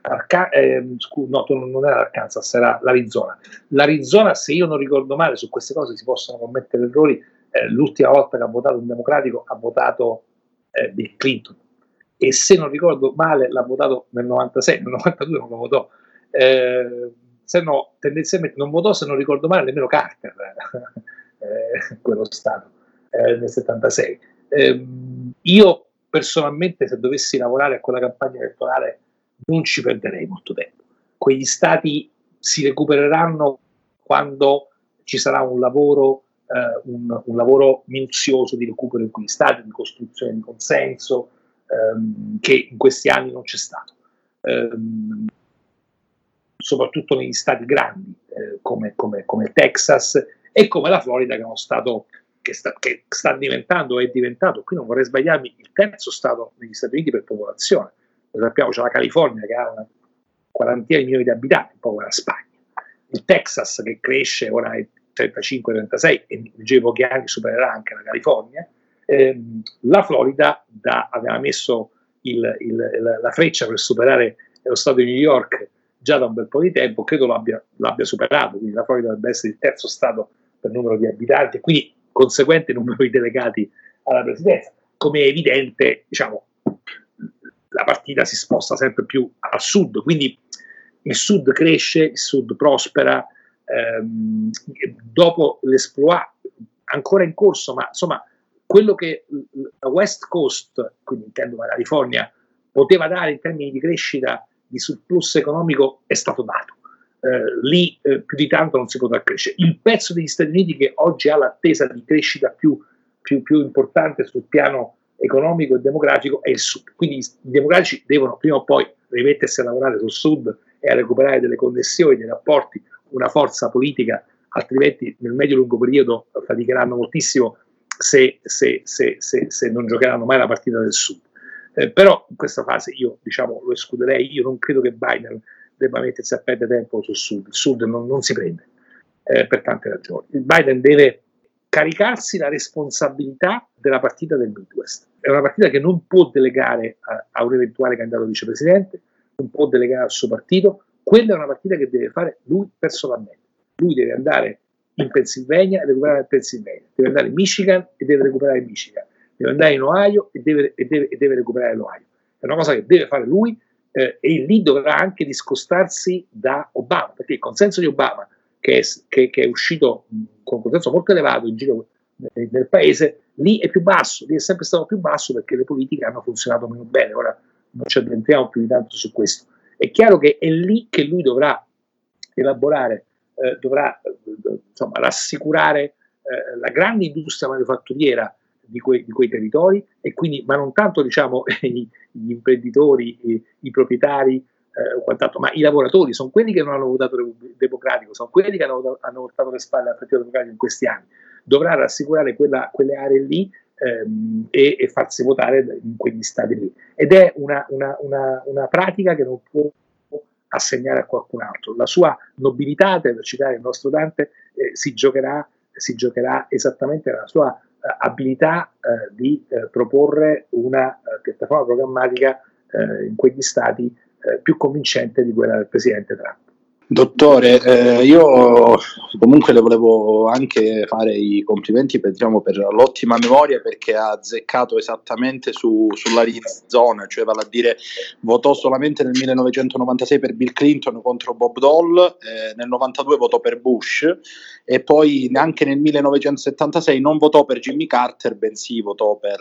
Non era l'Arkansas, era l'Arizona. L'Arizona, se io non ricordo male, su queste cose si possono commettere errori. L'ultima volta che ha votato un democratico ha votato Bill Clinton, e se non ricordo male l'ha votato nel 96, nel 92 non lo votò, se no tendenzialmente non votò, se non ricordo male, nemmeno Carter quello stato nel 76. Io personalmente, se dovessi lavorare a quella campagna elettorale, non ci perderei molto tempo. Quegli stati si recupereranno quando ci sarà un lavoro minuzioso di recupero in quegli stati, di costruzione di consenso, che in questi anni non c'è stato, soprattutto negli stati grandi come il Texas e come la Florida, che è uno stato che sta diventando, è diventato, qui non vorrei sbagliarmi, il terzo stato negli Stati Uniti per popolazione. Lo sappiamo, c'è la California che ha una quarantina di milioni di abitanti, un po' come la Spagna, il Texas che cresce, ora è 35-36 e in pochi anni supererà anche la California. La Florida aveva messo la freccia per superare lo stato di New York già da un bel po' di tempo, credo l'abbia superato, quindi la Florida dovrebbe essere il terzo stato per numero di abitanti, quindi conseguente numero di delegati alla presidenza. Come è evidente, diciamo, la partita si sposta sempre più al sud, quindi il sud cresce, il sud prospera, dopo l'esploit ancora in corso, ma insomma quello che la West Coast, quindi intendo la California, poteva dare in termini di crescita, di surplus economico, è stato dato. Lì più di tanto non si potrà crescere. Il pezzo degli Stati Uniti che oggi ha l'attesa di crescita più importante sul piano economico e demografico è il sud. Quindi i democratici devono prima o poi rimettersi a lavorare sul sud e a recuperare delle connessioni, dei rapporti, una forza politica, altrimenti nel medio-lungo periodo faticheranno moltissimo se non giocheranno mai la partita del sud. Però in questa fase io, diciamo, lo escluderei. Io non credo che Biden debba mettersi a perdere tempo sul sud. Il sud non si prende per tante ragioni. Il Biden deve caricarsi la responsabilità della partita del Midwest. È una partita che non può delegare a un eventuale candidato vicepresidente, non può delegare al suo partito. Quella è una partita che deve fare lui personalmente. Lui deve andare in Pennsylvania e recuperare il Pennsylvania, deve andare in Michigan e deve recuperare il Michigan, deve andare in Ohio e deve recuperare l'Ohio. È una cosa che deve fare lui, e lì dovrà anche discostarsi da Obama, perché il consenso di Obama, che è uscito con un consenso molto elevato in giro nel paese, lì è più basso, lì è sempre stato più basso perché le politiche hanno funzionato meno bene. Ora non ci addentriamo più di tanto su questo. È chiaro che è lì che lui dovrà elaborare, dovrà insomma rassicurare la grande industria manifatturiera di quei territori, e quindi, ma non tanto, diciamo, gli imprenditori, i proprietari, quant'altro, ma i lavoratori. Sono quelli che non hanno votato democratico, sono quelli che hanno voltato le spalle al Partito Democratico in questi anni. Dovrà rassicurare quelle aree lì e farsi votare in quegli stati lì, ed è una pratica che non può assegnare a qualcun altro. La sua nobilità, per citare il nostro Dante, si giocherà esattamente nella sua abilità di proporre una piattaforma programmatica in quegli stati più convincente di quella del presidente Trump. Dottore, io comunque le volevo anche fare i complimenti per l'ottima memoria, perché ha azzeccato esattamente sull'Arizona, cioè vale a dire votò solamente nel 1996 per Bill Clinton contro Bob Dole, nel 92 votò per Bush, e poi neanche nel 1976 non votò per Jimmy Carter, bensì votò per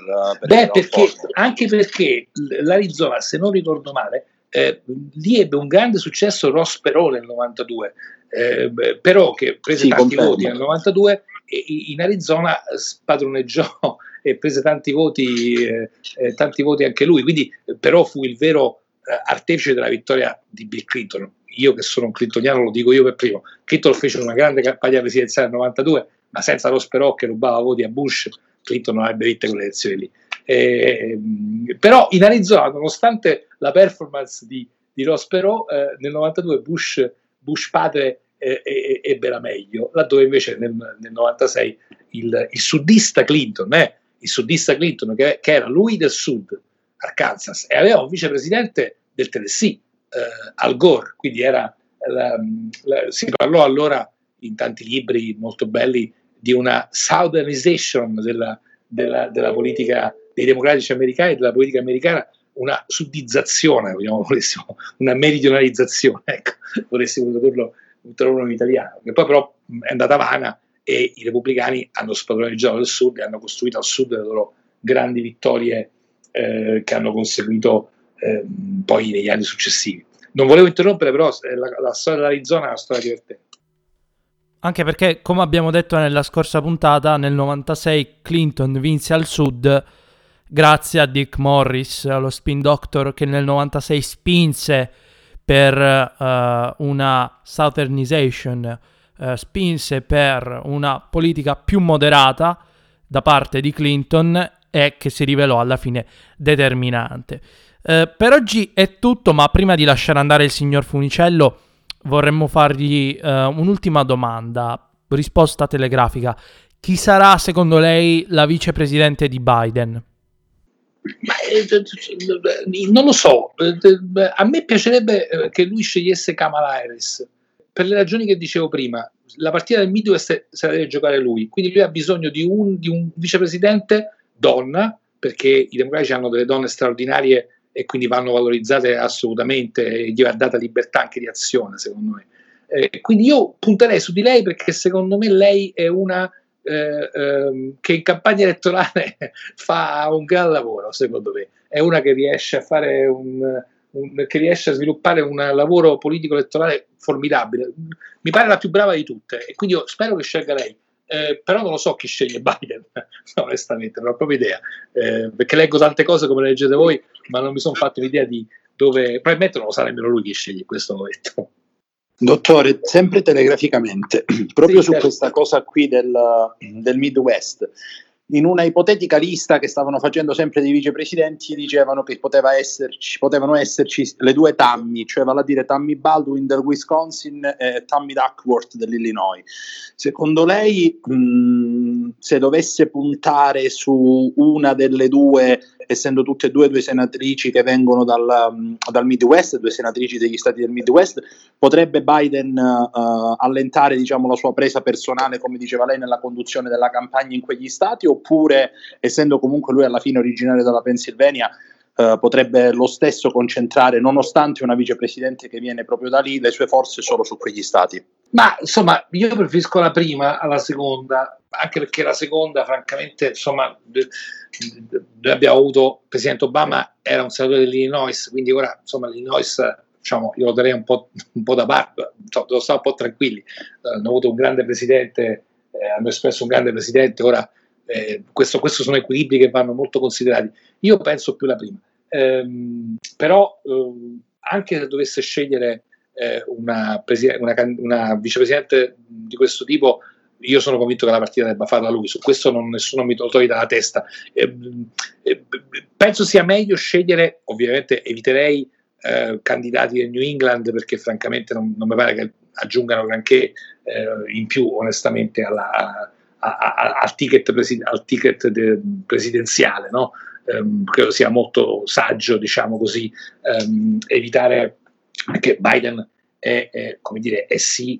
anche perché l'Arizona, se non ricordo male, lì ebbe un grande successo Ross Perot nel 92, però che prese tanti voti nel 92 e in Arizona spadroneggiò e prese tanti voti anche lui, quindi però fu il vero artefice della vittoria di Bill Clinton. Io che sono un clintoniano lo dico io per primo. Clinton fece una grande campagna presidenziale nel 92, ma senza Ross Perot che rubava voti a Bush, Clinton non avrebbe vinto quelle elezioni lì. Però in Arizona, nonostante la performance di Ross Perot, nel 92 Bush padre ebbe la meglio, laddove invece nel 96 il sudista Clinton che era lui del sud, Arkansas, e aveva un vicepresidente del Tennessee, Al Gore, quindi si parlò allora in tanti libri molto belli di una southernization della politica dei democratici americani, della politica americana, una suddizzazione, una meridionalizzazione, ecco, volessimo tradurlo in italiano, che poi però è andata vana e i repubblicani hanno spadroneggiato il sud e hanno costruito al sud le loro grandi vittorie che hanno conseguito poi negli anni successivi. Non volevo interrompere, però la storia dell'Arizona è una storia divertente. Anche perché, come abbiamo detto nella scorsa puntata, nel 96 Clinton vinse al sud grazie a Dick Morris, lo spin doctor che nel 96 spinse per una southernization, spinse per una politica più moderata da parte di Clinton e che si rivelò alla fine determinante. Per oggi è tutto, ma prima di lasciare andare il signor Funicello vorremmo fargli un'ultima domanda, risposta telegrafica. Chi sarà secondo lei la vicepresidente di Biden? Non lo so, a me piacerebbe che lui scegliesse Kamala Harris, per le ragioni che dicevo prima, la partita del Midwest se la deve giocare lui, quindi lui ha bisogno di un vicepresidente donna, perché i democratici hanno delle donne straordinarie e quindi vanno valorizzate assolutamente e gli va data libertà anche di azione, secondo me. Quindi io punterei su di lei, perché secondo me lei è una che in campagna elettorale fa un gran lavoro, secondo me. È una che riesce a fare che riesce a sviluppare un lavoro politico elettorale formidabile. Mi pare la più brava di tutte, e quindi io spero che scelga lei. Però non lo so chi sceglie Biden, onestamente, non ho proprio idea, perché leggo tante cose come le leggete voi, ma non mi sono fatto un'idea di dove. Probabilmente non lo sa nemmeno lui chi sceglie in questo momento. Dottore, sempre telegraficamente, proprio Sì, su certo. questa cosa qui del Midwest, in una ipotetica lista che stavano facendo sempre dei vicepresidenti, dicevano che potevano esserci le due Tammy, cioè vale a dire Tammy Baldwin del Wisconsin e Tammy Duckworth dell'Illinois. Secondo lei, se dovesse puntare su una delle due, essendo tutte e due senatrici che vengono dal Midwest, due senatrici degli stati del Midwest, potrebbe Biden allentare, diciamo, la sua presa personale, come diceva lei, nella conduzione della campagna in quegli stati, oppure, essendo comunque lui alla fine originario dalla Pennsylvania, potrebbe lo stesso concentrare, nonostante una vicepresidente che viene proprio da lì, le sue forze solo su quegli stati? Ma insomma, io preferisco la prima alla seconda, anche perché la seconda, francamente, insomma, noi abbiamo avuto il presidente Obama, era un senatore dell'Illinois, quindi ora, insomma, l'Illinois, diciamo, io lo darei un po' da parte, devo stare un po' tranquilli. Hanno avuto un grande presidente, hanno espresso un grande presidente, ora questo sono equilibri che vanno molto considerati. Io penso più la prima, però anche se dovesse scegliere una vicepresidente di questo tipo, io sono convinto che la partita debba farla lui, su questo nessuno mi toglie dalla testa. Penso sia meglio scegliere, ovviamente eviterei candidati del New England, perché francamente non mi pare che aggiungano granché in più, onestamente, al ticket presidenziale, no? Credo sia molto saggio, diciamo così, evitare, perché Biden è come dire, è sì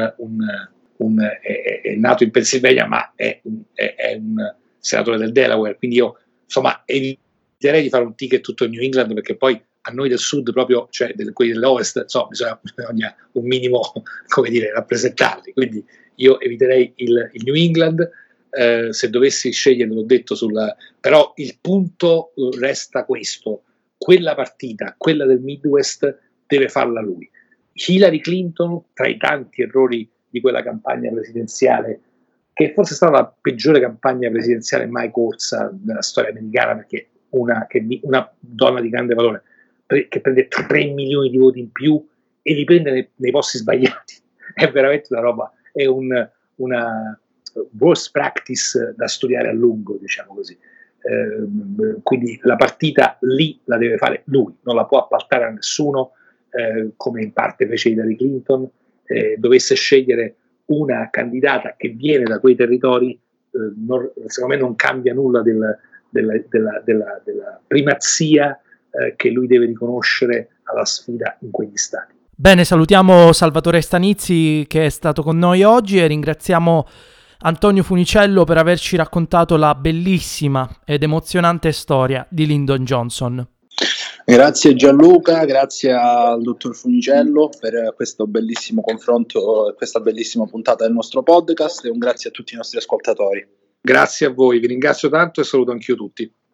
è nato in Pennsylvania, ma è un senatore del Delaware, quindi io, insomma, eviterei di fare un ticket tutto in New England, perché poi a noi del sud, proprio, cioè quelli dell'Ovest, insomma, bisogna un minimo, come dire, rappresentarli, quindi io eviterei il New England. Se dovessi scegliere, l'ho detto, però il punto resta questo: quella partita, quella del Midwest, deve farla lui. Hillary Clinton, tra i tanti errori di quella campagna presidenziale, che forse è stata la peggiore campagna presidenziale mai corsa nella storia americana, perché una donna di grande valore che prende 3 milioni di voti in più e li prende nei posti sbagliati, è veramente una roba, è una worst practice da studiare a lungo, diciamo così. Quindi la partita lì la deve fare lui, non la può appaltare a nessuno, come in parte fece Hillary Clinton. Dovesse scegliere una candidata che viene da quei territori, secondo me non cambia nulla della primazia che lui deve riconoscere alla sfida in quegli stati. Bene, salutiamo Salvatore Stanizzi, che è stato con noi oggi, e ringraziamo Antonio Funicello per averci raccontato la bellissima ed emozionante storia di Lyndon Johnson. Grazie Gianluca, grazie al dottor Funicello per questo bellissimo confronto e questa bellissima puntata del nostro podcast, e un grazie a tutti i nostri ascoltatori. Grazie a voi, vi ringrazio tanto e saluto anch'io tutti.